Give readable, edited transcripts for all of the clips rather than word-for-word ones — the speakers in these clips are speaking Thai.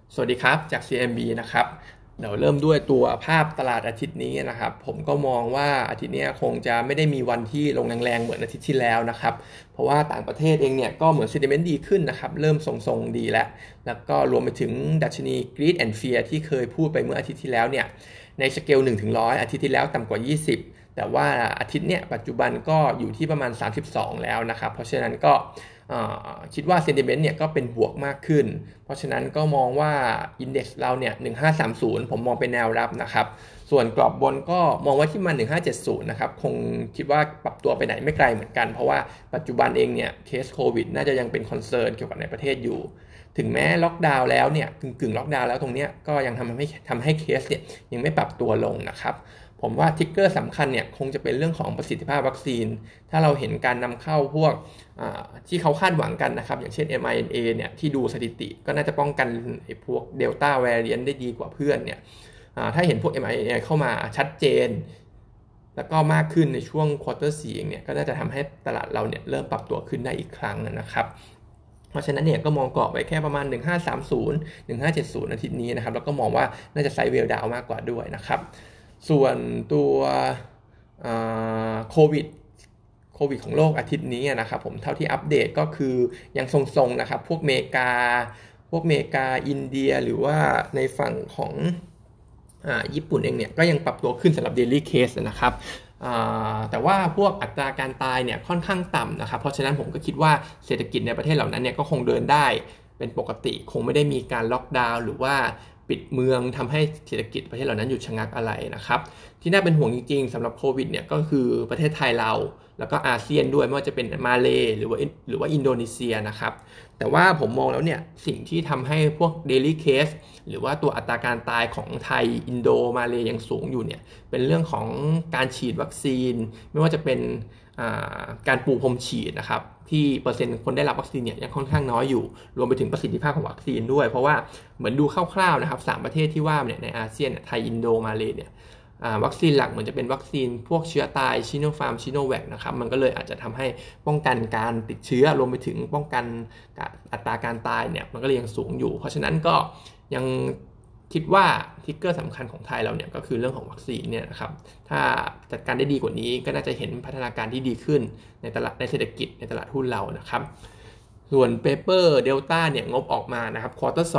สวัสดีครับจาก CMB นะครับเดี๋ยวเริ่มด้วยตัวภาพตลาดอาทิตย์นี้นะครับผมก็มองว่าอาทิตย์นี้คงจะไม่ได้มีวันที่ลงแรงๆเหมือนอาทิตย์ที่แล้วนะครับเพราะว่าต่างประเทศเองเนี่ยก็เหมือน sentiment ดีขึ้นนะครับเริ่มทรงๆดีแล้วก็รวมไปถึงดัชนี Greed and Fear ที่เคยพูดไปเมื่ออาทิตย์ที่แล้วเนี่ยในสเกล1 ถึง 100อาทิตย์ที่แล้วต่ำกว่า20แต่ว่าอาทิตย์เนี้ยปัจจุบันก็อยู่ที่ประมาณ32แล้วนะครับเพราะฉะนั้นก็คิดว่า sentiment เนี่ยก็เป็นบวกมากขึ้นเพราะฉะนั้นก็มองว่า index เราเนี่ย1530ผมมองเป็นแนวรับนะครับส่วนกรอบบนก็มองว่าที่มัน1570นะครับคงคิดว่าปรับตัวไปไหนไม่ไกลเหมือนกันเพราะว่าปัจจุบันเองเนี่ยเคสโควิดน่าจะยังเป็นคอนเซิร์นเกี่ยวกับในประเทศอยู่ถึงแม้ล็อกดาวน์แล้วเนี่ยกึ่งล็อกดาวน์แล้วตรงเนี้ยก็ยังทำให้เคสเนี่ยยังไม่ปรับตัวลงนะครับผมว่าทิกเกอร์สำคัญเนี่ยคงจะเป็นเรื่องของประสิทธิภาพวัคซีนถ้าเราเห็นการนำเข้าพวกที่เขาคาดหวังกันนะครับอย่างเช่น mRNA เนี่ยที่ดูสถิติก็น่าจะป้องกันไอ้พวก Delta variant ได้ดีกว่าเพื่อนเนี่ยถ้าเห็นพวก mRNA เข้ามาชัดเจนแล้วก็มากขึ้นในช่วงควอเตอร์4เนี่ยก็น่าจะทำให้ตลาดเราเนี่ยเริ่มปรับตัวขึ้นได้อีกครั้งนะครับเพราะฉะนั้นเนี่ยก็มองกรอบไว้แค่ประมาณ1530 1570อาทิตย์นี้นะครับแล้วก็มองว่าน่าจะไซด์เวลดาวมากกว่าด้วยนะครับส่วนตัวโควิดของโลกอาทิตย์นี้นะครับผมเท่าที่อัปเดตก็คือยังทรงๆนะครับพวกเมกาอินเดียหรือว่าในฝั่งของญี่ปุ่นเองเนี่ยก็ยังปรับตัวขึ้นสำหรับ daily case นะครับแต่ว่าพวกอัตราการตายเนี่ยค่อนข้างต่ำนะครับเพราะฉะนั้นผมก็คิดว่าเศรษฐกิจในประเทศเหล่านั้นเนี่ยก็คงเดินได้เป็นปกติคงไม่ได้มีการล็อกดาวน์หรือว่าปิดเมืองทำให้เศรษฐกิจประเทศเหล่านั้นหยุดชะงักอะไรนะครับที่น่าเป็นห่วงจริงๆสำหรับโควิดเนี่ยก็คือประเทศไทยเราแล้วก็อาเซียนด้วยไม่ว่าจะเป็นมาเลย์หรือว่าอินโดนีเซียนะครับแต่ว่าผมมองแล้วเนี่ยสิ่งที่ทำให้พวก daily case หรือว่าตัวอัตราการตายของไทยอินโดมาเลย์ยังสูงอยู่เนี่ยเป็นเรื่องของการฉีดวัคซีนไม่ว่าจะเป็นการปูพรมฉีดนะครับที่เปอร์เซ็นต์คนได้รับวัคซีนเนี่ยยังค่อนข้างน้อยอยู่รวมไปถึงประสิทธิภาพของวัคซีนด้วยเพราะว่าเหมือนดูคร่าวๆนะครับ3ประเทศที่ว่าเนี่ยในอาเซียนไทยอินโดมาเลย์เนี่ยวัคซีนหลักเหมือนจะเป็นวัคซีนพวกเชื้อตายชิโนฟาร์มชิโนแวคนะครับมันก็เลยอาจจะทำให้ป้องกันการติดเชื้อรวมไปถึงป้องกันอัตราการตายเนี่ยมันก็เลยยังสูงอยู่เพราะฉะนั้นก็ยังคิดว่าทิกเกอร์สำคัญของไทยเราเนี่ยก็คือเรื่องของวัคซีนเนี่ยนะครับถ้าจัดการได้ดีกว่านี้ก็น่าจะเห็นพัฒนาการที่ดีขึ้นในตลาดในเศรษฐกิจในตลาดหุ้นเรานะครับส่วนเปเปอร์เดลต้าเนี่ยงบออกมานะครับควอเตอร์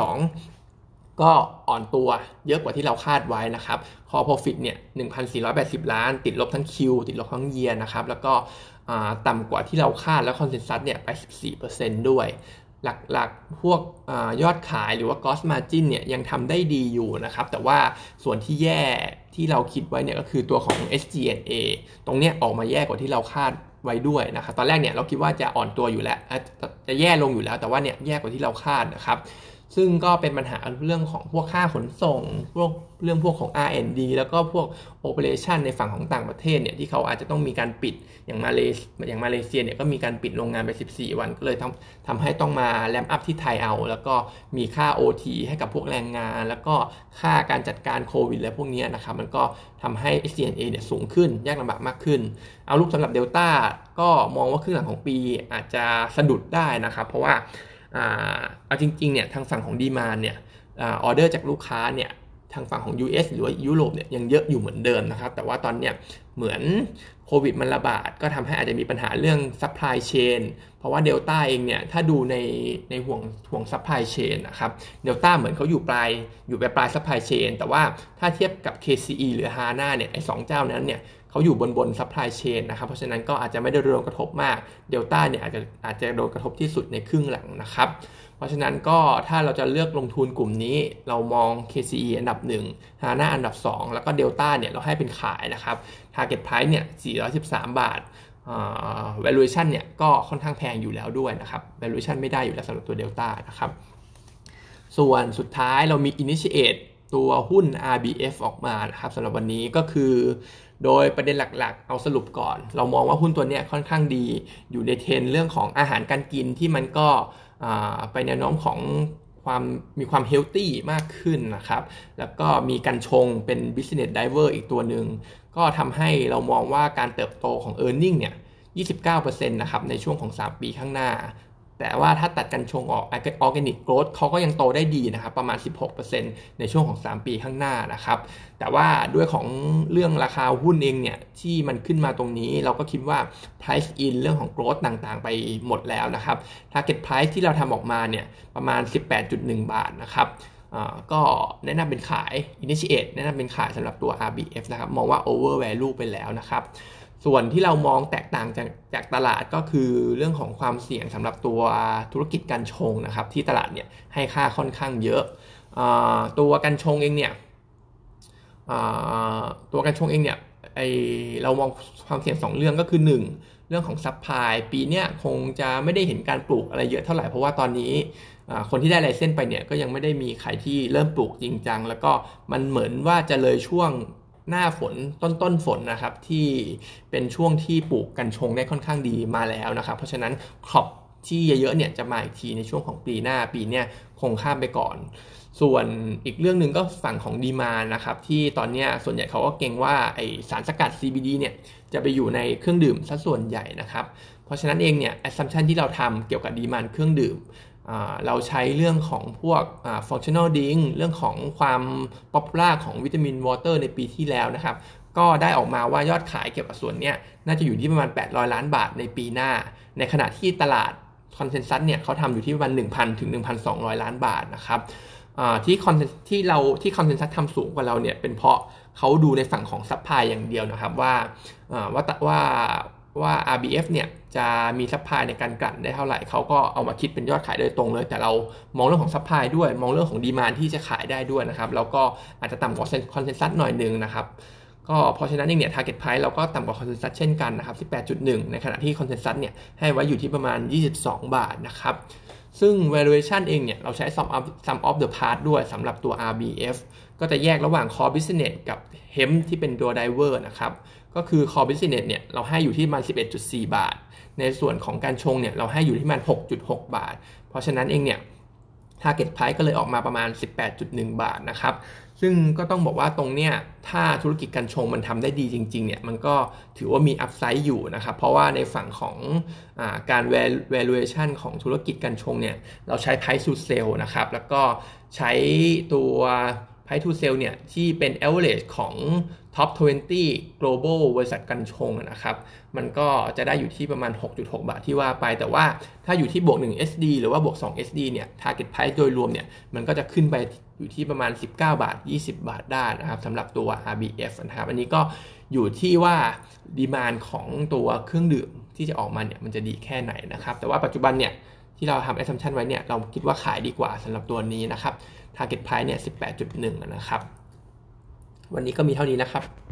2ก็อ่อนตัวเยอะกว่าที่เราคาดไว้นะครับ Core Profit เนี่ย 1,480 ล้านติดลบทั้ง Q ติดลบทั้ง Year นะครับแล้วก็ต่ำกว่าที่เราคาดแล้วคอนเซนซัสเนี่ยไป 14% ด้วยหลักๆพวกยอดขายหรือว่า Gross Margin เนี่ยยังทำได้ดีอยู่นะครับแต่ว่าส่วนที่แย่ที่เราคิดไว้เนี่ยก็คือตัวของ SG&A ตรงเนี้ยออกมาแย่กว่าที่เราคาดไว้ด้วยนะครับตอนแรกเนี่ยเราคิดว่าจะอ่อนตัวอยู่แล้วจะแย่ลงอยู่แล้วแต่ว่าเนี่ยแย่กว่าที่เราคาดนะครับซึ่งก็เป็นปัญหาเรื่องของพวกค่าขนส่งเรื่องพวกของ R&D แล้วก็พวก Operation ในฝั่งของต่างประเทศเนี่ยที่เขาอาจจะต้องมีการปิดอย่างมาเลเซียเนี่ยก็มีการปิดโรงงานไป14วันก็เลยทำให้ต้องมาแรมอัพที่ไทยเอาแล้วก็มีค่า OT ให้กับพวกแรงงานแล้วก็ค่าการจัดการโควิดและพวกนี้นะครับมันก็ทำให้ SG&A เนี่ยสูงขึ้นยากลำบากมากขึ้นเอารูปสำหรับ Delta ก็มองว่าครึ่งหลังของปีอาจจะสะดุดได้นะครับเพราะว่าเอาจริงๆเนี่ยทางฝั่งของดีมานด์เนี่ยออเดอร์จากลูกค้าเนี่ยทางฝั่งของ US หรือว่ายุโรปเนี่ยยังเยอะอยู่เหมือนเดิมนะครับแต่ว่าตอนเนี้ยเหมือนโควิดมันระบาดก็ทำให้อาจจะมีปัญหาเรื่อง supply chain เพราะว่า Delta เองเนี่ยถ้าดูในห่วง supply chain นะครับ Delta เหมือนเขาอยู่ปลาย supply chain แต่ว่าถ้าเทียบกับ KCE หรือ HANA เนี่ยไอ้2เจ้านั้นเนี่ยเขาอยู่บน supply chain นะครับเพราะฉะนั้นก็อาจจะไม่ได้โดนกระทบมาก Delta เนี่ยอาจจะโดนกระทบที่สุดในครึ่งหลังนะครับเพราะฉะนั้นก็ถ้าเราจะเลือกลงทุนกลุ่มนี้เรามอง KCE อันดับ1 HANA อันดับ2แล้วก็ Delta เนี่ยเราให้เป็นขายนะครับ Target Price เนี่ย413 บาทvaluation เนี่ยก็ค่อนข้างแพงอยู่แล้วด้วยนะครับ valuation ไม่ได้อยู่แล้วสำหรับตัว Delta นะครับส่วนสุดท้ายเรามี Initiate ตัวหุ้น RBF ออกมานะครับสำหรับวันนี้ก็คือโดยประเด็นหลักๆเอาสรุปก่อนเรามองว่าหุ้นตัวนี้ค่อนข้างดีอยู่ในเทรนด์เรื่องของอาหารการกินที่มันก็ไปแนวโน้มของมีความเฮลตี้มากขึ้นนะครับแล้วก็มีการชงเป็น business driver อีกตัวหนึ่งก็ทำให้เรามองว่าการเติบโตของ earning เนี่ย 29% นะครับในช่วงของ3ปีข้างหน้าแต่ว่าถ้าตัดกัญชงออก Organic Growth เขาก็ยังโตได้ดีนะครับประมาณ 16% ในช่วงของ3ปีข้างหน้านะครับแต่ว่าด้วยของเรื่องราคาหุ้นเองเนี่ยที่มันขึ้นมาตรงนี้เราก็คิดว่า price in เรื่องของ growth ต่างๆไปหมดแล้วนะครับ target price ที่เราทำออกมาเนี่ยประมาณ 18.1 บาทนะครับก็แนะนำเป็นขาย initiate แนะนำเป็นขายสำหรับตัว RBF นะครับมองว่า over value ไปแล้วนะครับส่วนที่เรามองแตกต่างจากตลาดก็คือเรื่องของความเสี่ยงสำหรับตัวธุรกิจกัญชงนะครับที่ตลาดเนี่ยให้ค่าค่อนข้างเยอะตัวกัญชงเองเนี่ยเรามองความเสี่ยง2เรื่องก็คือ1เรื่องของซัพพลายปีนี้คงจะไม่ได้เห็นการปลูกอะไรเยอะเท่าไหร่เพราะว่าตอนนี้คนที่ได้ไลเซนส์ไปเนี่ยก็ยังไม่ได้มีใครที่เริ่มปลูกจริงจังแล้วก็มันเหมือนว่าจะเลยช่วงหน้าฝนต้นฝนนะครับที่เป็นช่วงที่ปลูกกัญชงได้ค่อนข้างดีมาแล้วนะครับเพราะฉะนั้นครอปที่เยอะๆเนี่ยจะมาอีกทีในช่วงของปีหน้าปีนี้คงข้ามไปก่อนส่วนอีกเรื่องหนึ่งก็ฝั่งของดีมานด์นะครับที่ตอนนี้ส่วนใหญ่เขาก็เก่งว่าไอสารสกัด CBD เนี่ยจะไปอยู่ในเครื่องดื่มซะส่วนใหญ่นะครับเพราะฉะนั้นเองเนี่ย assumption ที่เราทำเกี่ยวกับดีมานด์เครื่องดื่มเราใช้เรื่องของพวกfunctional drink เรื่องของความ popular ของวิตามินวอเตอร์ในปีที่แล้วนะครับก็ได้ออกมาว่ายอดขายเกี่ยวกับส่วนนี้น่าจะอยู่ที่ประมาณ800ล้านบาทในปีหน้าในขณะที่ตลาดคอนเซนซัสเนี่ยเขาทำอยู่ที่ประมาณ 1,000 ถึง 1,200 ล้านบาทนะครับที่คอนเซนซัสทำสูงกว่าเราเนี่ยเป็นเพราะเขาดูในฝั่งของซัพพลายอย่างเดียวนะครับว่า RBF เนี่ยจะมีซัพพลายในการกลั่นได้เท่าไหร่เขาก็เอามาคิดเป็นยอดขายโดยตรงเลยแต่เรามองเรื่องของซัพพลายด้วยมองเรื่องของดีมานด์ที่จะขายได้ด้วยนะครับแล้วก็อาจจะต่ำกว่าคอนเซนซัสหน่อยนึงนะครับก็เพราะฉะนั้นเองเนี่ย target price เราก็ต่ำกว่าคอนเซนซัสเช่นกันนะครับ 18.1 ในขณะที่คอนเซนซัสเนี่ยให้ไว้อยู่ที่ประมาณ22 บาทนะครับซึ่ง valuation เองเนี่ยเราใช้ sum of the part ด้วยสำหรับตัว RBF ก็จะแยกระหว่าง core business กับ hemp ที่เป็นตัว driver นะครับก็คือ core business เนี่ยเราให้อยู่ที่ประมาณ 11.4 บาทในส่วนของการชงเนี่ยเราให้อยู่ที่ประมาณ 6.6 บาทเพราะฉะนั้นเองเนี่ย target price ก็เลยออกมาประมาณ 18.1 บาทนะครับซึ่งก็ต้องบอกว่าตรงเนี้ยถ้าธุรกิจกัญชงมันทำได้ดีจริงๆเนี่ยมันก็ถือว่ามีอัพไซด์อยู่นะครับเพราะว่าในฝั่งของการ valuation ของธุรกิจกัญชงเนี่ยเราใช้ price to sell นะครับแล้วก็ใช้ตัว price to sell เนี่ยที่เป็น average ของ top 20 global บริษัทกัญชงนะครับมันก็จะได้อยู่ที่ประมาณ 6.6 บาทที่ว่าไปแต่ว่าถ้าอยู่ที่บวก1 SD หรือว่าบวก2 SD เนี่ย target price โดยรวมเนี่ยมันก็จะขึ้นไปอยู่ที่ประมาณ19 บาท 20 บาทได้นะครับสำหรับตัว RBF นะครับอันนี้ก็อยู่ที่ว่าดีมานด์ของตัวเครื่องดื่มที่จะออกมาเนี่ยมันจะดีแค่ไหนนะครับแต่ว่าปัจจุบันเนี่ยที่เราทำ assumption ไว้เนี่ยเราคิดว่าขายดีกว่าสำหรับตัวนี้นะครับ target price เนี่ย 18.1 นะครับวันนี้ก็มีเท่านี้นะครับ